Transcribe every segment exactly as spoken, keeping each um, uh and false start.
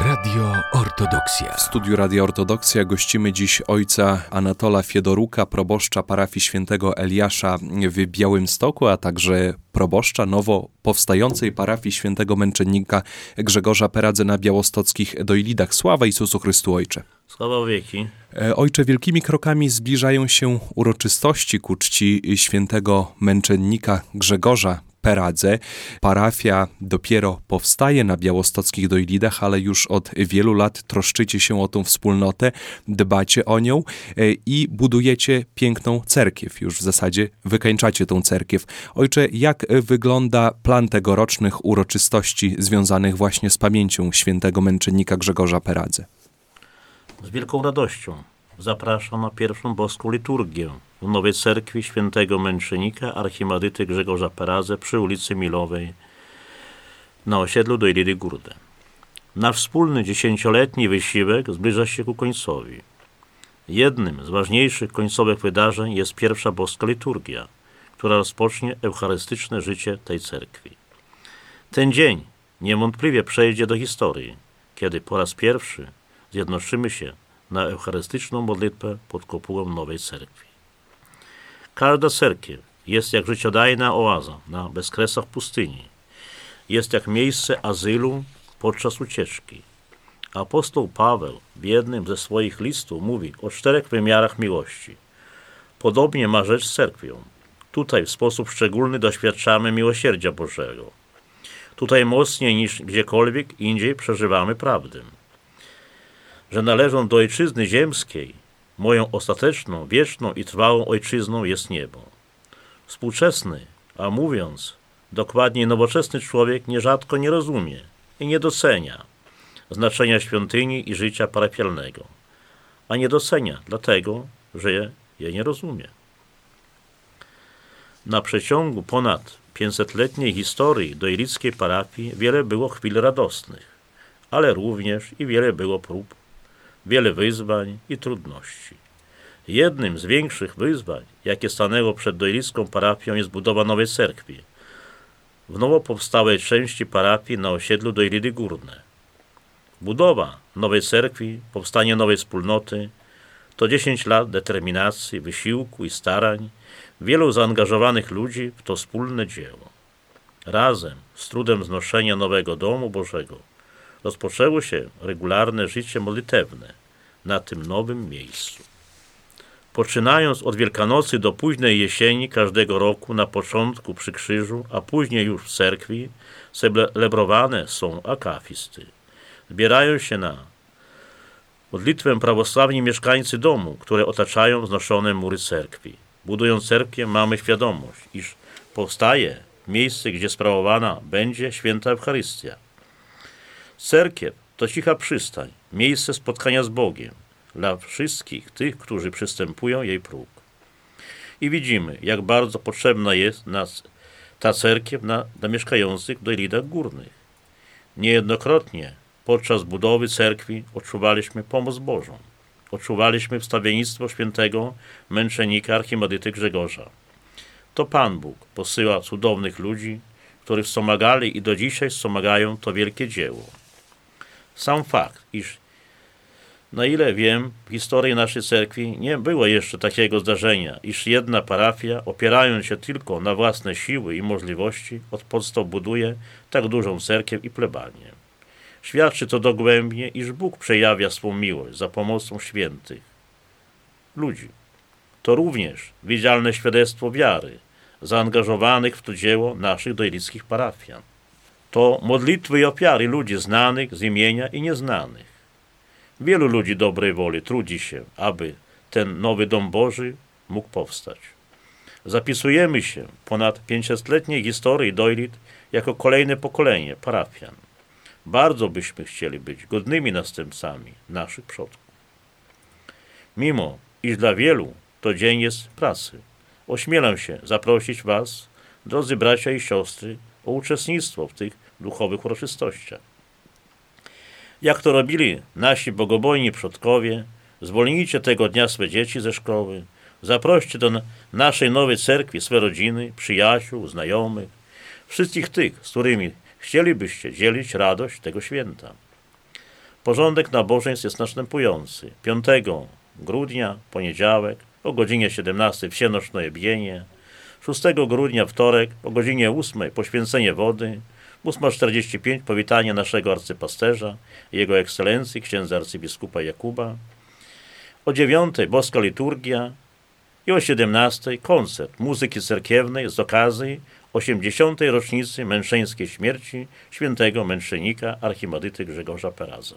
Radio Ortodoksja. W studiu Radia Ortodoksja gościmy dziś ojca Anatola Fiedoruka, proboszcza parafii świętego Eliasza w Białymstoku, a także proboszcza nowo powstającej parafii świętego męczennika Grzegorza Peradze na białostockich Dojlidach. Sława Jezusu Chrystu, ojcze. Sława wieki. Ojcze, wielkimi krokami zbliżają się uroczystości ku czci świętego męczennika Grzegorza Peradze. Parafia dopiero powstaje na białostockich Dojlidach, ale już od wielu lat troszczycie się o tą wspólnotę, dbacie o nią i budujecie piękną cerkiew. Już w zasadzie wykańczacie tą cerkiew. Ojcze, jak wygląda plan tegorocznych uroczystości związanych właśnie z pamięcią świętego męczennika Grzegorza Peradze? Z wielką radością zapraszam na pierwszą boską liturgię w nowej cerkwi świętego męczennika archimadyty Grzegorza Peradze przy ulicy Milowej na osiedlu Dojlidy Górne. Nasz wspólny dziesięcioletni wysiłek zbliża się ku końcowi. Jednym z ważniejszych końcowych wydarzeń jest pierwsza boska liturgia, która rozpocznie eucharystyczne życie tej cerkwi. Ten dzień niewątpliwie przejdzie do historii, kiedy po raz pierwszy zjednoczymy się na eucharystyczną modlitwę pod kopułą nowej cerkwi. Każda cerkiew jest jak życiodajna oaza na bezkresach pustyni. Jest jak miejsce azylu podczas ucieczki. Apostoł Paweł w jednym ze swoich listów mówi o czterech wymiarach miłości. Podobnie ma rzecz z cerkwią. Tutaj w sposób szczególny doświadczamy miłosierdzia Bożego. Tutaj mocniej niż gdziekolwiek indziej przeżywamy prawdę, że należą do ojczyzny ziemskiej, moją ostateczną, wieczną i trwałą ojczyzną jest niebo. Współczesny, a mówiąc dokładniej nowoczesny człowiek nierzadko nie rozumie i nie docenia znaczenia świątyni i życia parafialnego, a nie docenia dlatego, że je nie rozumie. Na przeciągu ponad pięćsetletniej historii dojlickiej parafii wiele było chwil radosnych, ale również i wiele było prób, wiele wyzwań i trudności. Jednym z większych wyzwań, jakie stanęło przed dojlicką parafią, jest budowa nowej cerkwi w nowo powstałej części parafii na osiedlu Dojlidy Górne. Budowa nowej cerkwi, powstanie nowej wspólnoty to dziesięć lat determinacji, wysiłku i starań wielu zaangażowanych ludzi w to wspólne dzieło. Razem z trudem znoszenia nowego domu Bożego rozpoczęło się regularne życie modlitewne na tym nowym miejscu. Poczynając od Wielkanocy do późnej jesieni każdego roku na początku przy krzyżu, a później już w cerkwi, celebrowane są akafisty. Zbierają się na modlitwę prawosławni mieszkańcy domu, które otaczają wznoszone mury cerkwi. Budując cerkwię, mamy świadomość, iż powstaje miejsce, gdzie sprawowana będzie święta Eucharystia. Cerkiew to cicha przystań, miejsce spotkania z Bogiem dla wszystkich tych, którzy przystępują jej próg. I widzimy, jak bardzo potrzebna jest nas ta cerkiew na, dla mieszkających w Dojlidach Górnych. Niejednokrotnie podczas budowy cerkwi odczuwaliśmy pomoc Bożą. Odczuwaliśmy wstawiennictwo świętego męczennika archimadyty Grzegorza. To Pan Bóg posyła cudownych ludzi, których wspomagali i do dzisiaj wspomagają to wielkie dzieło. Sam fakt, iż na ile wiem, w historii naszej cerkwi nie było jeszcze takiego zdarzenia, iż jedna parafia, opierając się tylko na własne siły i możliwości, od podstaw buduje tak dużą cerkiew i plebanię. Świadczy to dogłębnie, iż Bóg przejawia swą miłość za pomocą świętych ludzi. To również widzialne świadectwo wiary, zaangażowanych w to dzieło naszych dojlickich parafian. To modlitwy i ofiary ludzi znanych z imienia i nieznanych. Wielu ludzi dobrej woli trudzi się, aby ten nowy dom Boży mógł powstać. Zapisujemy się w ponad pięćsetletniej historii Dojlid jako kolejne pokolenie parafian. Bardzo byśmy chcieli być godnymi następcami naszych przodków. Mimo, iż dla wielu to dzień jest pracy, ośmielam się zaprosić Was, drodzy bracia i siostry, o uczestnictwo w tych duchowych uroczystościach. Jak to robili nasi bogobojni przodkowie, zwolnijcie tego dnia swe dzieci ze szkoły, zaproście do naszej nowej cerkwi swe rodziny, przyjaciół, znajomych, wszystkich tych, z którymi chcielibyście dzielić radość tego święta. Porządek nabożeństw jest następujący. piątego grudnia, poniedziałek, o godzinie siedemnastej wsienoczne jebienie. szóstego grudnia, wtorek, o godzinie ósmej poświęcenie wody. ósma czterdzieści pięć powitanie naszego arcypasterza i jego ekscelencji, księdza arcybiskupa Jakuba. O dziewiątej boska liturgia i o siedemnastej koncert muzyki cerkiewnej z okazji osiemdziesiątej rocznicy męczeńskiej śmierci świętego męczennika archimedyty Grzegorza Peradze.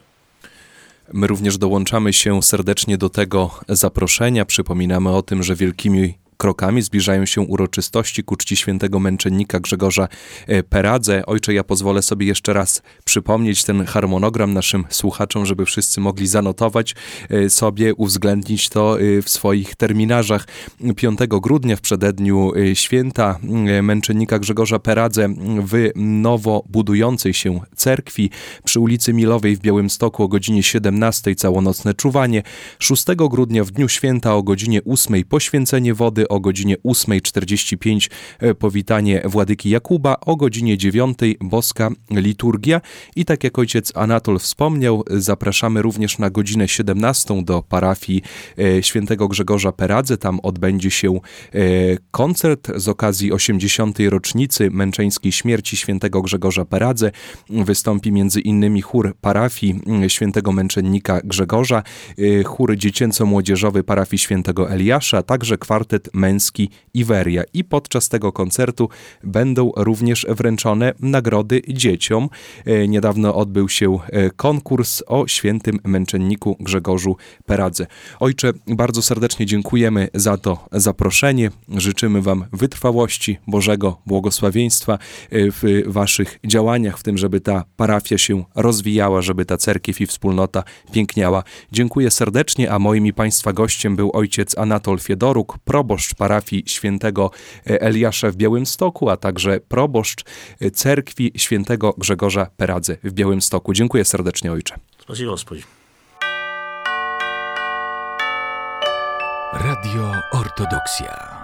My również dołączamy się serdecznie do tego zaproszenia. Przypominamy o tym, że wielkimi krokami zbliżają się uroczystości ku czci świętego męczennika Grzegorza Peradze. Ojcze, ja pozwolę sobie jeszcze raz przypomnieć ten harmonogram naszym słuchaczom, żeby wszyscy mogli zanotować sobie, uwzględnić to w swoich terminarzach. piątego grudnia w przededniu święta męczennika Grzegorza Peradze w nowo budującej się cerkwi przy ulicy Milowej w Białymstoku o godzinie siedemnastej całonocne czuwanie. szóstego grudnia w dniu święta o godzinie ósmej poświęcenie wody, o godzinie ósmej czterdzieści pięć powitanie Władyki Jakuba, o godzinie dziewiątej boska liturgia i tak jak ojciec Anatol wspomniał, zapraszamy również na godzinę siedemnastą do parafii świętego Grzegorza Peradze. Tam odbędzie się koncert z okazji osiemdziesiątej rocznicy męczeńskiej śmierci świętego Grzegorza Peradze. Wystąpi między innymi chór parafii świętego męczennika Grzegorza, chór dziecięco-młodzieżowy parafii świętego Eliasza, także kwartet męski Iweria. I podczas tego koncertu będą również wręczone nagrody dzieciom. Niedawno odbył się konkurs o świętym męczenniku Grzegorzu Peradze. Ojcze, bardzo serdecznie dziękujemy za to zaproszenie. Życzymy wam wytrwałości, Bożego błogosławieństwa w waszych działaniach, w tym, żeby ta parafia się rozwijała, żeby ta cerkiew i wspólnota piękniała. Dziękuję serdecznie, a moim i państwa gościem był ojciec Anatol Fiedoruk, proboszcz parafii świętego Eliasza w Białymstoku, a także proboszcz cerkwi świętego Grzegorza Peradze w Białymstoku. Dziękuję serdecznie, ojcze. Spasibo, Господи. Radio Ortodoksja.